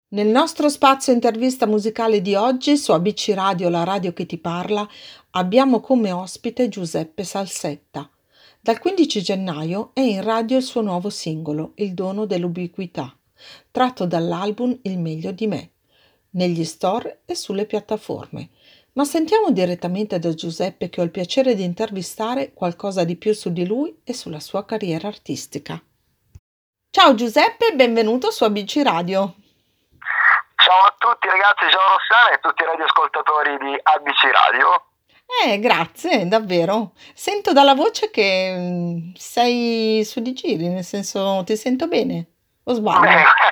Nel nostro spazio intervista musicale di oggi su ABC Radio, la radio che ti parla, abbiamo come ospite Giuseppe Salsetta. Dal 15 gennaio è in radio il suo nuovo singolo, Il dono dell'ubiquità, tratto dall'album Il meglio di me, negli store e sulle piattaforme. Ma sentiamo direttamente da Giuseppe, che ho il piacere di intervistare, qualcosa di più su di lui e sulla sua carriera artistica. Ciao Giuseppe, benvenuto su ABC Radio. Ciao a tutti ragazzi, ciao Rossana e a tutti i radioascoltatori di ABC Radio. Grazie, davvero. Sento dalla voce che sei su di giri, nel senso ti sento bene, o Beh, sbaglio?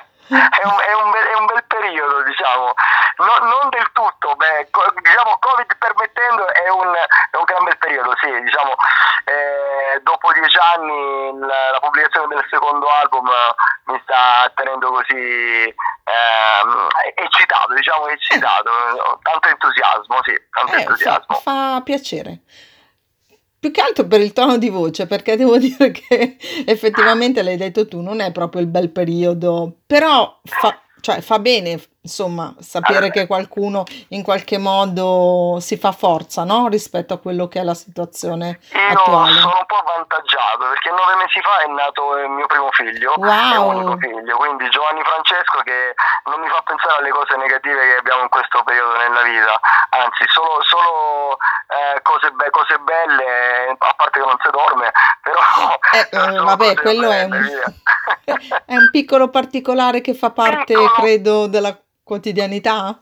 è un bel periodo, diciamo. Non del tutto, diciamo Covid permettendo è un gran bel periodo, sì, diciamo. Dopo 10 anni la pubblicazione del secondo album mi sta tenendo così eccitato, diciamo eccitato, tanto entusiasmo, sì, tanto entusiasmo. Fa piacere. Più che altro per il tono di voce, perché devo dire che effettivamente l'hai detto tu, non è proprio il bel periodo, però fa bene, insomma, sapere che qualcuno in qualche modo si fa forza, no? Rispetto a quello che è la situazione attuale. Io sono un po' avvantaggiato perché 9 mesi fa è nato il mio primo figlio, è unico Wow! figlio, quindi Giovanni Francesco, che non mi fa pensare alle cose negative che abbiamo in questo periodo nella vita, anzi solo cose belle, a parte che non si dorme, però solo Vabbè, cose quello è belle, via. è un piccolo particolare che fa parte, Piccolo. credo, della quotidianità.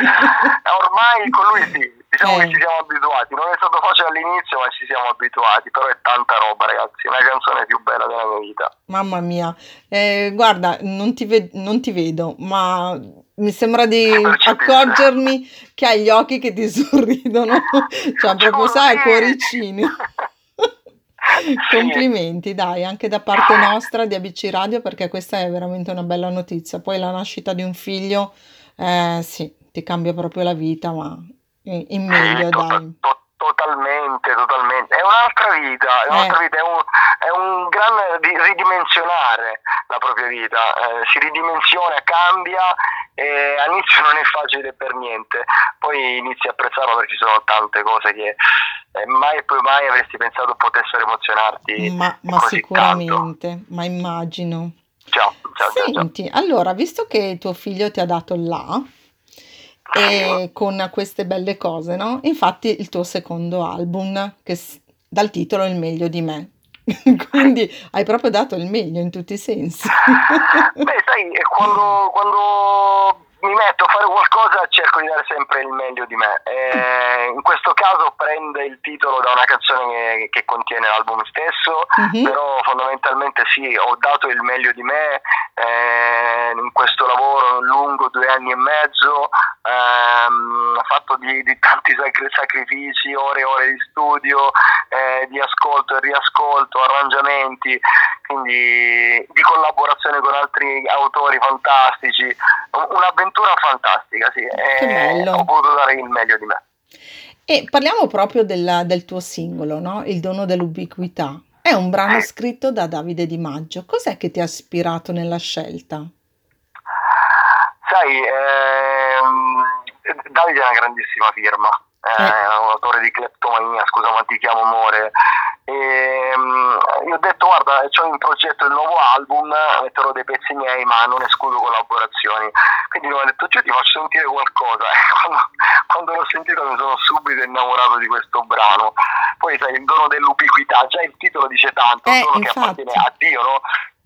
Ormai con lui sì, diciamo che Eh. ci siamo abituati, non è stato facile all'inizio ma ci siamo abituati, però è tanta roba ragazzi, è una canzone più bella della mia vita. Mamma mia, guarda, non ti vedo, ma mi sembra di accorgermi che hai gli occhi che ti sorridono, cioè proprio sai, a cuoricini. Complimenti, dai, anche da parte nostra di ABC Radio, perché questa è veramente una bella notizia. Poi la nascita di un figlio, sì, ti cambia proprio la vita, ma in meglio, dai. Totalmente, è un'altra vita, è un gran ridimensionare la propria vita, si ridimensiona, cambia e all'inizio non è facile per niente, poi inizi a apprezzarlo perché ci sono tante cose che mai e poi mai avresti pensato potessero emozionarti Ma così sicuramente, tanto. ma immagino. Ciao. Senti, allora, visto che tuo figlio ti ha dato là, e con queste belle cose, no? Infatti il tuo secondo album, dal titolo Il meglio di me. Quindi hai proprio dato il meglio in tutti i sensi. Beh, sai, quando mi metto a fare qualcosa cerco di dare sempre il meglio di me. In questo caso prende il titolo da una canzone che contiene l'album stesso, però fondamentalmente sì, ho dato il meglio di me in questo lavoro lungo 2 anni e mezzo, fatto di tanti sacrifici, ore e ore di studio, di ascolto e riascolto, arrangiamenti, quindi di collaborazione con altri autori fantastici, un'avventura fantastica, sì. Che bello. Ho potuto dare il meglio di me. E parliamo proprio del tuo singolo, no? Il dono dell'ubiquità. È un brano scritto da Davide Di Maggio. Cos'è che ti ha ispirato nella scelta? Sai, Davide è una grandissima firma, è un autore di Cleptomania, scusa ma ti chiamo amore. Io ho detto guarda, c'ho in progetto il nuovo album, metterò dei pezzi miei ma non escludo collaborazioni, quindi mi ho detto ti faccio sentire qualcosa. Quando l'ho sentito mi sono subito innamorato di questo brano. Poi sai, il dono dell'ubiquità, già il titolo dice tanto, il dono che appartiene a Dio, no?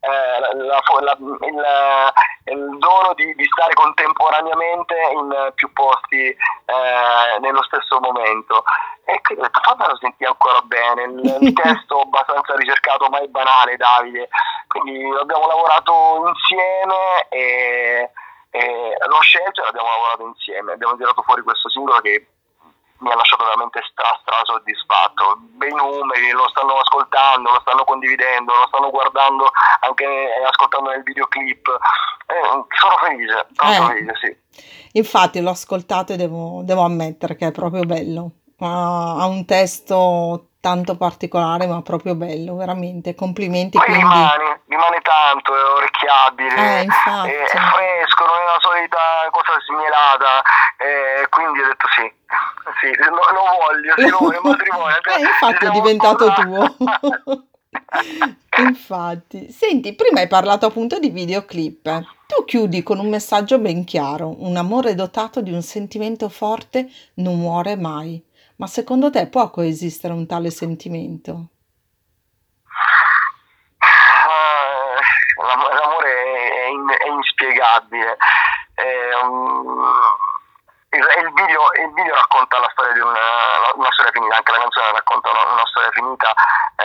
Il dono di stare contemporaneamente in più posti nello stesso momento, e quindi ho detto fammelo sentire ancora bene. Il testo abbastanza ricercato ma è banale, Davide, quindi abbiamo lavorato insieme e l'ho scelto e l'abbiamo lavorato insieme, abbiamo tirato fuori questo singolo che mi ha lasciato veramente stra soddisfatto. Bei numeri, lo stanno ascoltando, lo stanno condividendo, lo stanno guardando anche ascoltando nel videoclip. Sono felice, tanto felice, sì. Infatti l'ho ascoltato e devo ammettere che è proprio bello. Ha un testo tanto particolare ma proprio bello, veramente. Complimenti. Poi quindi rimane tanto, è orecchiabile, infatti. è fresco, non è la solita sì, lo voglio, sì, lo voglio, il matrimonio. Infatti è Siamo diventato sposati. tuo. Infatti, senti, prima hai parlato appunto di videoclip. Tu chiudi con un messaggio ben chiaro: un amore dotato di un sentimento forte non muore mai. Ma secondo te può coesistere un tale sentimento? L'amore è inspiegabile. È il video racconta la storia di una storia finita, anche la canzone racconta una storia finita,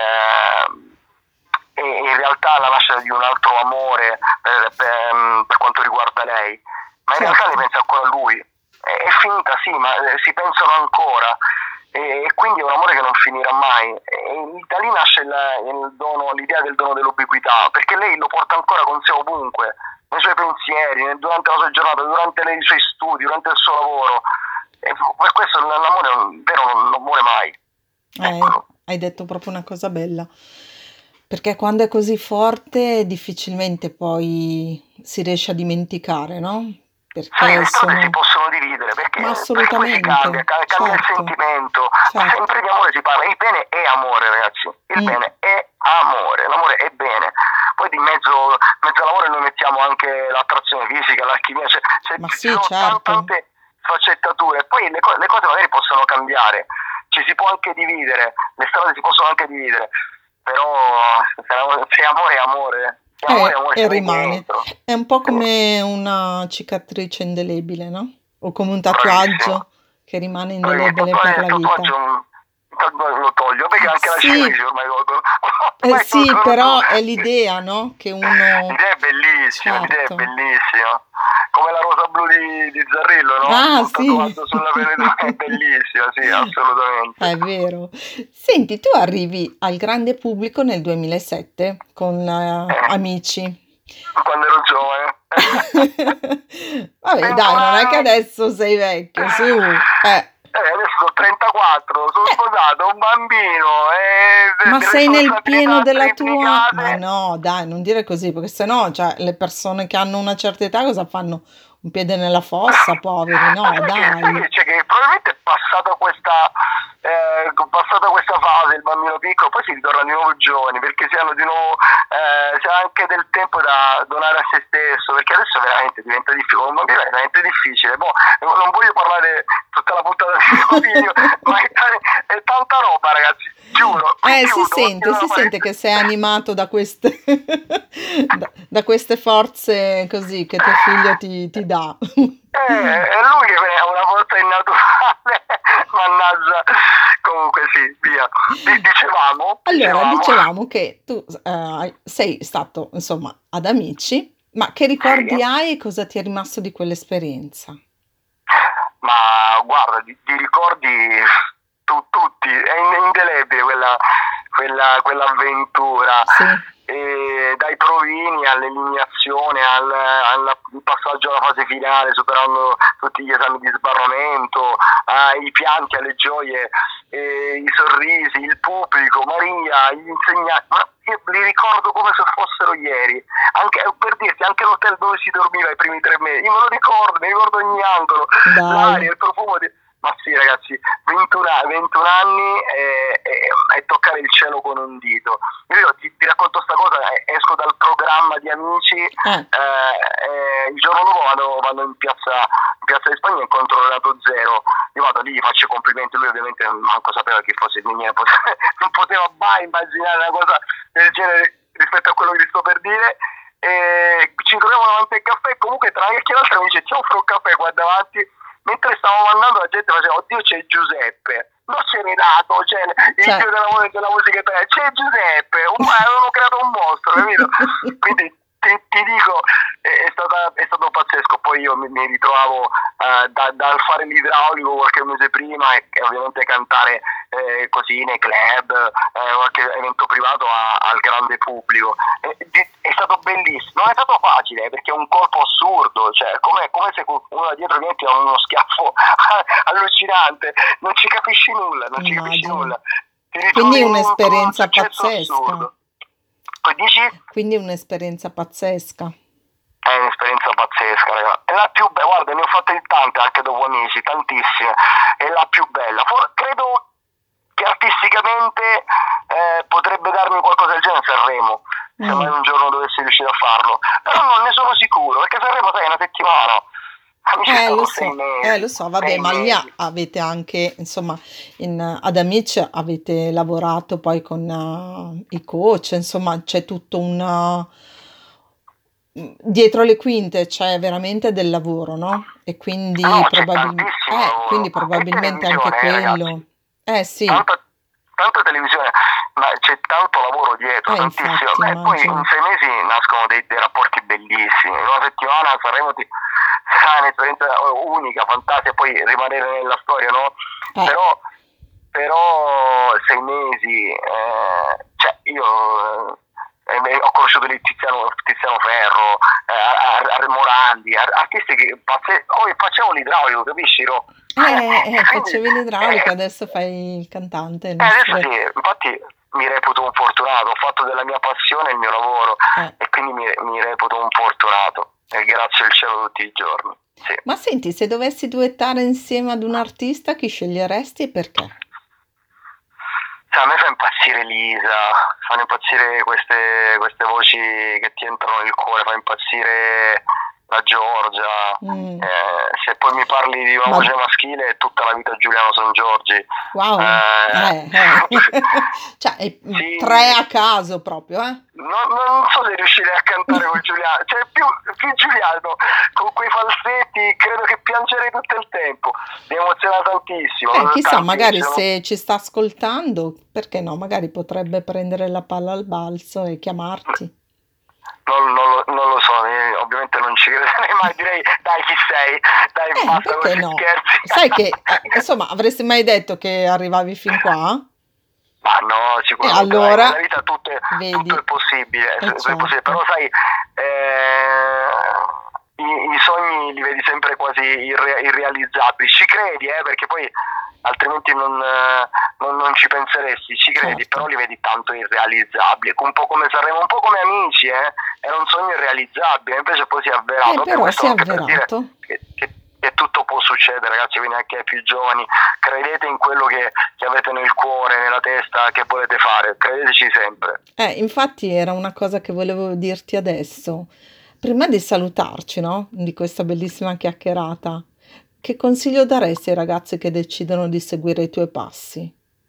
e in realtà la nascita di un altro amore per quanto riguarda lei, ma in realtà Certo. ne pensa ancora a lui. È finita, sì, ma si pensano ancora. E quindi è un amore che non finirà mai. E da lì nasce l'idea del dono dell'ubiquità, perché lei lo porta ancora con sé ovunque, nei suoi pensieri, durante la sua giornata, durante i suoi studi, durante il suo lavoro. E per questo l'amore vero non muore mai. Ecco. Hai detto proprio una cosa bella, perché quando è così forte difficilmente poi si riesce a dimenticare, no? Sai, Perché le strade si sono... possono dividere Ma perché poi si cambia, assolutamente, cambia il certo, sentimento, ma certo. sempre di amore si parla. Il bene è amore, ragazzi. Il Mm, bene è amore, l'amore è bene. Poi di mezzo all'amore noi mettiamo anche l'attrazione fisica, l'alchimia, ma ci sì, sono certo. tante sfaccettature. Poi le cose magari possono cambiare, ci si può anche dividere, le strade si possono anche dividere, però se amore è amore, se amore è amore E ce l'hai rimane. dentro. È un po' come una cicatrice indelebile, no? O come un Bravissimo. tatuaggio che rimane Il indelebile per la vita. tatuaggio lo toglio perché anche la Sì, cicatrice ormai sì, lo però è l'idea, no? Che uno... l'idea è Certo. bellissima. Come la rosa blu di Zarrillo, no? Ah, Un sì. tatuaggio sulla pelle è bellissima, sì, assolutamente. È vero. Senti, tu arrivi al grande pubblico nel 2007 con Eh, Amici. quando ero giovane. Vabbè, 21 dai, non è che anni. adesso sei vecchio, su. Adesso sono 34, sono Eh, sposato, ho un bambino ma e sei nel pieno responsabilità della tua... Ma triplicate. no, dai, non dire così, perché sennò, cioè, le persone che hanno una certa età cosa fanno? Un piede nella fossa, poveri, Ma no, sai dai. che c'è che probabilmente è passata questa fase, il bambino piccolo, poi si ritorna di nuovo giovani, perché si hanno di nuovo, si ha anche del tempo da donare a se stesso, perché adesso veramente diventa difficile, con un bambino è veramente difficile. Boh, non voglio parlare tutta la puntata di questo video, ma è tanta roba, ragazzi, giuro, qui chiudo, chiudo la Si sente che sei animato da queste, da queste forze così che tuo figlio ti dà. è lui che è una forza innaturale, mannaggia. Comunque sì, via. Allora, Dicevamo, dicevamo che tu sei stato, insomma, ad Amici, ma che sì, ricordi hai e cosa ti è rimasto di quell'esperienza? ma guarda, di ricordi tutti, è indelebile quell'avventura. Sì, E dai provini all'eliminazione, al passaggio alla fase finale, superando tutti gli esami di sbarramento, ai pianti, alle gioie, i sorrisi, il pubblico, Maria, gli insegnanti, ma io li ricordo come se fossero ieri, anche, per dirti, anche l'hotel dove si dormiva i primi 3 mesi, io me lo ricordo, mi ricordo ogni angolo, dai, l'aria, il profumo di... Ma sì, ragazzi, 21 anni e toccare il cielo con un dito. Io ti racconto sta cosa, esco dal programma di Amici, eh, il giorno dopo vado in piazza di Spagna e incontro Renato Zero. Io vado lì, gli faccio i complimenti, lui ovviamente manco sapeva chi fosse il mio, non poteva mai immaginare una cosa del genere rispetto a quello che gli sto per dire. E ci troviamo davanti al caffè e comunque tra una chiacchiera e l'altra mi dice ti offro un caffè qua davanti. Mentre stavamo andando la gente faceva oddio c'è Giuseppe, non c'è Renato, c'è il cioè, dio della musica italiana, c'è Giuseppe, avevano creato un mostro, capito? Quindi ti dico è stato pazzesco. Poi io mi ritrovavo dal fare l'idraulico qualche mese prima e ovviamente cantare così nei club, qualche evento privato al grande pubblico. È stato bellissimo, non è stato facile perché è un colpo assurdo, cioè come se uno da dietro viene a uno schiaffo allucinante, non ci capisci nulla, non ci capisci immagino. nulla, ti ritrovi Quindi in con un un'esperienza successo pazzesca. assurdo. Poi dici? Quindi un'esperienza pazzesca. È un'esperienza pazzesca, raga. È la più bella, guarda, ne ho fatte tante anche dopo Amici, tantissime. È la più bella. Credo che artisticamente potrebbe darmi qualcosa del genere Sanremo, se mai un giorno dovessi riuscire a farlo, però non ne sono sicuro, perché Sanremo sai è una settimana. Lo so, vabbè, ma lì avete anche, insomma, ad Amici avete lavorato poi con i coach, insomma, c'è tutto dietro le quinte c'è veramente del lavoro, no? E quindi, quindi probabilmente anche quello. Sì. Tanta televisione, ma c'è tanto lavoro dietro, tantissimo. Infatti, poi in 6 mesi nascono dei rapporti bellissimi. In una settimana Sanremo sarà un'esperienza unica, fantastica, poi rimanere nella storia, no? Però 6 mesi, cioè io ho conosciuto lì Tiziano Ferro, Morandi, artisti che facevo l'idraulico, capisci? Facevi l'idraulico, adesso fai il cantante. Adesso sì, infatti mi reputo un fortunato, ho fatto della mia passione il mio lavoro e quindi mi reputo un fortunato e grazie al cielo tutti i giorni. Sì. Ma senti, se dovessi duettare insieme ad un artista, chi sceglieresti e perché? A me fa impazzire Lisa, fanno impazzire queste voci che ti entrano nel cuore, fa impazzire la Giorgia, se poi mi parli di una voce maschile è tutta la vita Giuliano Sangiorgi. Wow, cioè sì. 3 a caso proprio, non so se riuscirei a cantare con Giuliano, cioè più Giuliano con quei falsetti credo che piangerei tutto il tempo, mi emoziona tantissimo. Chissà, magari se ci sta ascoltando, perché no, magari potrebbe prendere la palla al balzo e chiamarti. Non lo so, ovviamente non ci crederei mai, direi dai chi sei, dai basta con questi scherzi. Sai che, insomma, avresti mai detto che arrivavi fin qua? Ma no, sicuramente allora, nella vita tutto è possibile, certo. Però sai, i sogni li vedi sempre quasi irrealizzabili, ci credi perché poi altrimenti non ci penseresti, ci credi, certo. Però li vedi tanto irrealizzabili, un po' come Sanremo, un po' come Amici, era un sogno irrealizzabile, invece poi si è avverato. Però si è avverato. Che tutto può succedere, ragazzi, quindi anche ai più giovani, credete in quello che avete nel cuore, nella testa, che volete fare, credeteci sempre. Infatti era una cosa che volevo dirti adesso, prima di salutarci, no? Di questa bellissima chiacchierata. Che consiglio daresti ai ragazzi che decidono di seguire i tuoi passi?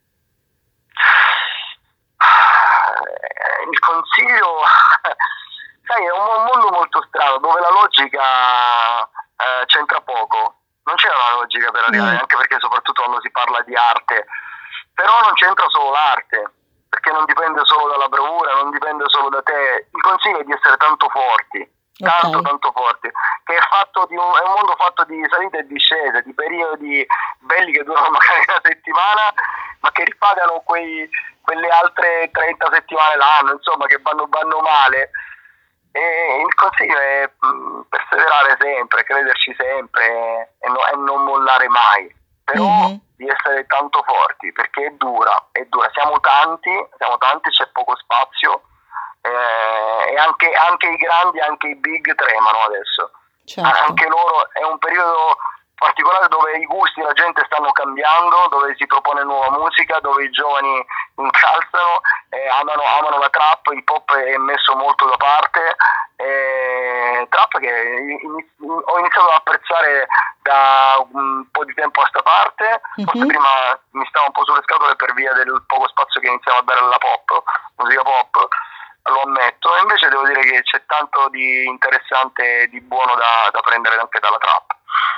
Il consiglio, sai, è un mondo molto strano dove la logica c'entra poco. Non c'è una logica per arrivare, anche perché soprattutto quando si parla di arte, però non c'entra solo l'arte, perché non dipende solo dalla bravura, non dipende solo da te. Il consiglio è di essere tanto forti. Tanto forti, che è un mondo fatto di salite e discese, di periodi belli che durano magari una settimana, ma che ripagano quelle altre 30 settimane l'anno, insomma, che vanno male. E il consiglio è perseverare sempre, crederci sempre e non mollare mai, però di essere tanto forti, perché è dura, siamo tanti, c'è poco spazio. E anche i grandi, anche i big tremano adesso. Certo. Anche loro è un periodo particolare dove i gusti della gente stanno cambiando, dove si propone nuova musica, dove i giovani incalzano, amano la trap, il pop è messo molto da parte, trap che ho iniziato ad apprezzare da un po' di tempo a sta parte, forse prima mi stavo un po' sulle scatole per via del poco spazio che iniziamo a dare alla musica pop, lo ammetto, e invece devo dire che c'è tanto di interessante e di buono da prendere anche dalla trap.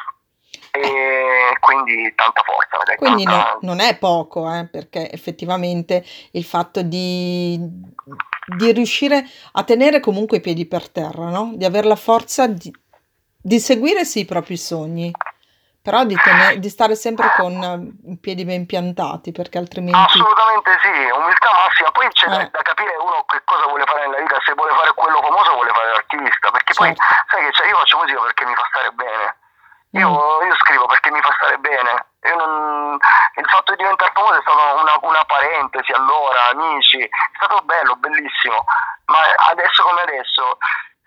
E quindi tanta forza. Quindi non è poco, perché effettivamente il fatto di riuscire a tenere comunque i piedi per terra, no? Di avere la forza di seguire sì i propri sogni, però di stare sempre con i piedi ben piantati, perché altrimenti... Assolutamente sì, umiltà massima. Poi c'è da capire uno che cosa vuole fare nella vita, se vuole fare quello famoso o vuole fare l'artista, perché poi sai che io faccio musica perché mi fa stare bene. Io scrivo perché mi fa stare bene. Il fatto di diventare famoso è stato una parentesi, allora, amici, è stato bello, bellissimo, ma adesso come adesso,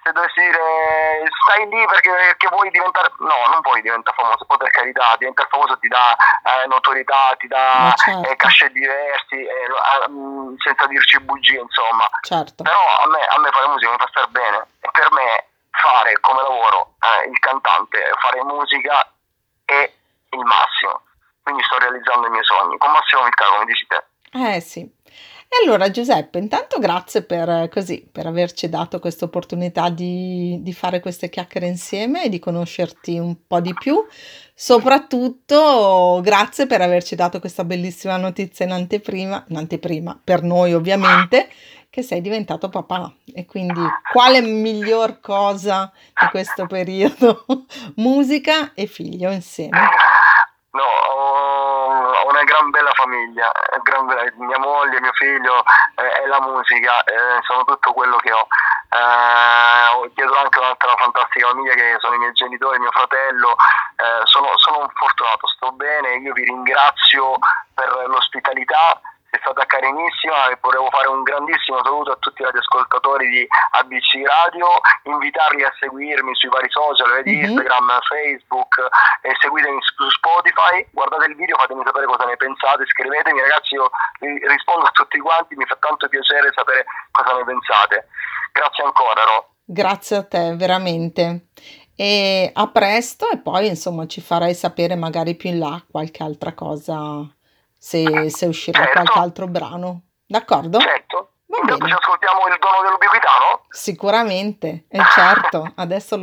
se dovessi dire stai lì perché vuoi diventare, no, non vuoi diventare famoso, poi per carità, diventare famoso ti dà notorietà, ti Ma dà certo, cachet diversi, senza dirci bugie, insomma. certo. Però a me fare musica mi fa star bene, e per me fare come lavoro il cantante, fare musica è il massimo. Quindi sto realizzando i miei sogni, con massima umiltà, come dici te. Sì. E allora Giuseppe, intanto grazie per averci dato questa opportunità di fare queste chiacchiere insieme e di conoscerti un po' di più. Soprattutto grazie per averci dato questa bellissima notizia in anteprima, per noi ovviamente, che sei diventato papà. E quindi quale miglior cosa di questo periodo? Musica e figlio insieme. No, ho una gran bella famiglia, mia moglie, mio figlio e la musica, sono tutto quello che ho. Ho dietro anche un'altra fantastica famiglia che sono i miei genitori, mio fratello, sono un fortunato, sto bene, io vi ringrazio per l'ospitalità, è stata carinissima e volevo fare un grandissimo saluto a tutti i radioascoltatori di ABC Radio, invitarli a seguirmi sui vari social, vedi Mhm. Instagram, Facebook, e seguitemi su Spotify, guardate il video, fatemi sapere cosa ne pensate, scrivetemi ragazzi, io rispondo a tutti quanti, mi fa tanto piacere sapere cosa ne pensate. Grazie ancora, Ro. Grazie a te, veramente. E a presto e poi insomma ci farai sapere magari più in là qualche altra cosa, se uscirà qualche Certo, altro brano. D'accordo? certo. Va Intanto ci bene, ascoltiamo il dono dell'ubiquità, no? sicuramente, e certo, adesso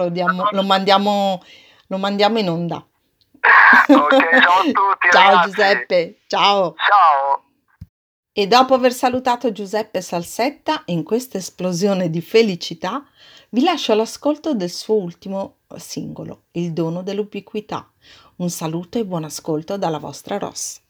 lo mandiamo in onda. Ok, ciao a tutti Ciao ragazzi. Giuseppe, ciao. Ciao. E dopo aver salutato Giuseppe Salsetta in questa esplosione di felicità, vi lascio all'ascolto del suo ultimo singolo, Il dono dell'ubiquità. Un saluto e buon ascolto dalla vostra Ross.